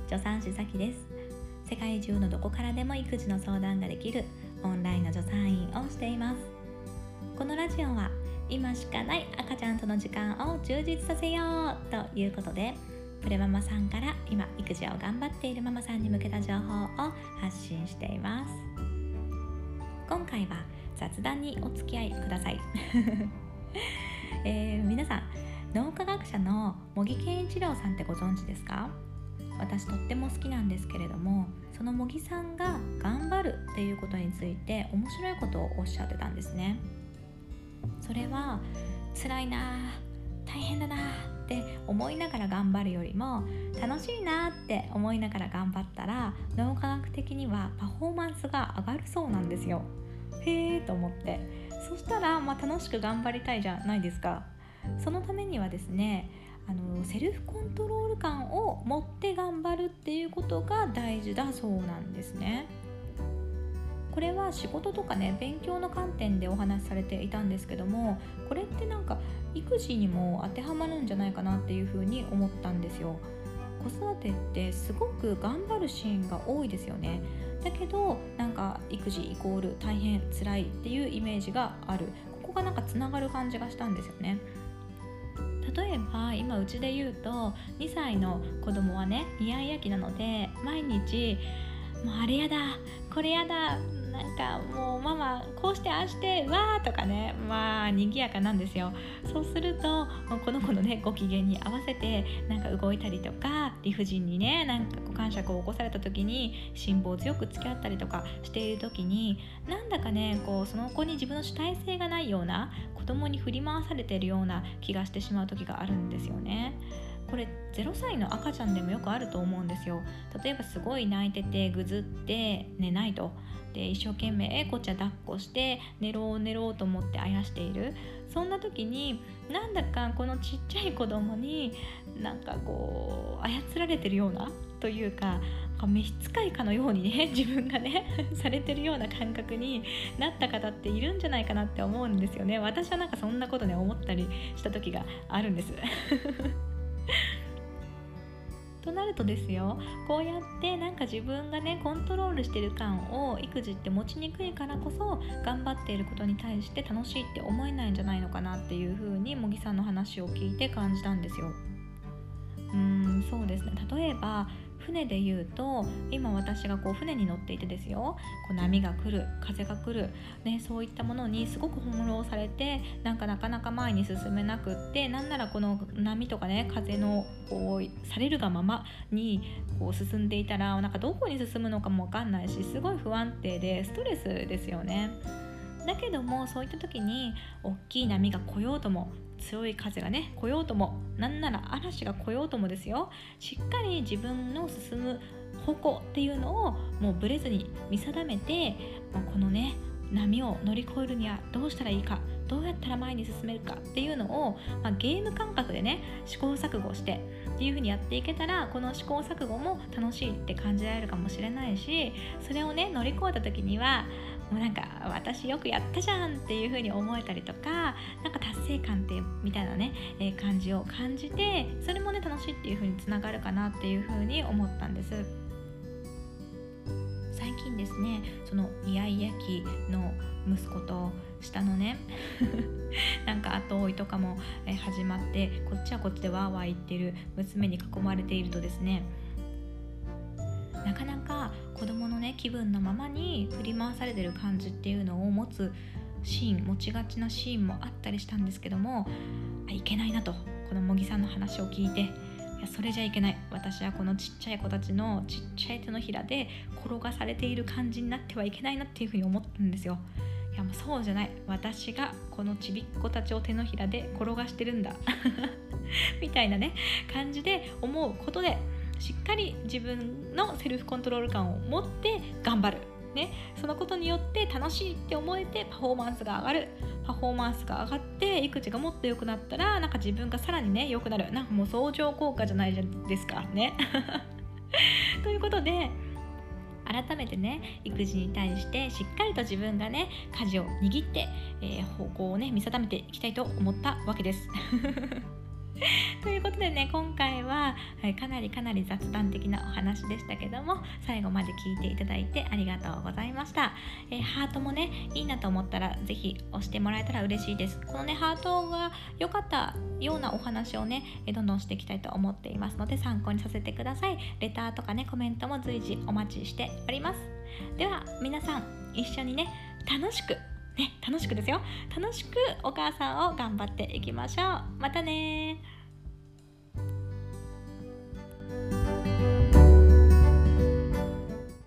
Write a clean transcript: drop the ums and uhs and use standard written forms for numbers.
助産師さきです。世界中のどこからでも育児の相談ができるオンラインの助産院をしています。このラジオは今しかない赤ちゃんとの時間を充実させようということで、プレママさんから今育児を頑張っているママさんに向けた情報を発信しています。今回は雑談にお付き合いください、皆さん、脳科学者の茂木健一郎さんってご存知ですか？私とっても好きなんですけれども、その茂木さんが頑張るっていうことについて面白いことをおっしゃってたんですね。それは辛いな、大変だなって思いながら頑張るよりも、楽しいなって思いながら頑張ったら脳科学的にはパフォーマンスが上がるそうなんですよ。へーと思って、そしたら楽しく頑張りたいじゃないですか。そのためにはですね、セルフコントロール感を持って頑張るっていうことが大事だそうなんですね。これは仕事とかね、勉強の観点でお話しされていたんですけども、これって育児にも当てはまるんじゃないかなっていうふうに思ったんですよ。子育てってすごく頑張るシーンが多いですよね。だけど育児イコール大変辛いっていうイメージがある。ここがつながる感じがしたんですよね。例えば今うちで言うと、2歳の子供はね、イヤイヤ期なので、毎日もうあれやだこれやだ、もうママこうしてああしてわーとかね、賑やかなんですよ。そうするとこの子のねご機嫌に合わせて動いたりとか、理不尽にね股間尺を起こされた時に辛抱強く付き合ったりとかしている時に、その子に自分の主体性がないような、子供に振り回されているような気がしてしまう時があるんですよね。これ0歳の赤ちゃんでもよくあると思うんですよ。例えばすごい泣いててぐずって寝ないと、で一生懸命こっちは抱っこして寝ろうと思ってあやしている。そんな時にこのちっちゃい子供に操られてるようなというか、召使いかのようにね、自分がねされてるような感覚になった方っているんじゃないかなって思うんですよね。私はそんなことね思ったりした時があるんですとなるとですよ、こうやって自分がねコントロールしてる感を育児って持ちにくいからこそ、頑張っていることに対して楽しいって思えないんじゃないのかなっていう風に茂木さんの話を聞いて感じたんですよ。そうですね。例えば船で言うと、今私が船に乗っていてですよ、波が来る、風が来る、そういったものにすごく翻弄されてなかなか前に進めなくって、なんならこの波とかね風のされるがままに進んでいたら、どこに進むのかも分かんないし、すごい不安定でストレスですよね。だけどもそういった時に大きい波が来ようとも、強い風がね来ようとも、なんなら嵐が来ようともですよ、しっかり自分の進む方向っていうのをもうブレずに見定めて、このね波を乗り越えるにはどうしたらいいか、どうやったら前に進めるかっていうのを、ゲーム感覚でね試行錯誤してっていう風にやっていけたら、この試行錯誤も楽しいって感じられるかもしれないし、それをね乗り越えた時にはもう私よくやったじゃんっていう風に思えたりとか、達成感ってみたいなね、感じを感じて、それもね楽しいっていう風につながるかなっていう風に思ったんです。最近ですね、そのイヤイヤ期の息子と下のね後追いとかも始まって、こっちはこっちでワーワー言ってる娘に囲まれているとですね、なかなか子供のね気分のままに振り回されてる感じっていうのを持ちがちなシーンもあったりしたんですけども、いけないなと、この茂木さんの話を聞いて、それじゃいけない、私はこのちっちゃい子たちのちっちゃい手のひらで転がされている感じになってはいけないなっていうふうに思ったんですよ。もうそうじゃない、私がこのちびっ子たちを手のひらで転がしてるんだみたいなね感じで思うことで、しっかり自分のセルフコントロール感を持って頑張る、そのことによって楽しいって思えてパフォーマンスが上がる。パフォーマンスが上がって育児がもっと良くなったら、自分がさらにね良くなる、もう相乗効果じゃないですかねということで、改めてね育児に対してしっかりと自分がね舵を握って、方向をね見定めていきたいと思ったわけですということでね、今回はかなり雑談的なお話でしたけども、最後まで聞いていただいてありがとうございました。ハートもね、いいなと思ったらぜひ押してもらえたら嬉しいです。このね、ハートが良かったようなお話をね、どんどんしていきたいと思っていますので、参考にさせてください。レターとかね、コメントも随時お待ちしております。では皆さん一緒にね、楽しくですよ、楽しくお母さんを頑張っていきましょう。またね。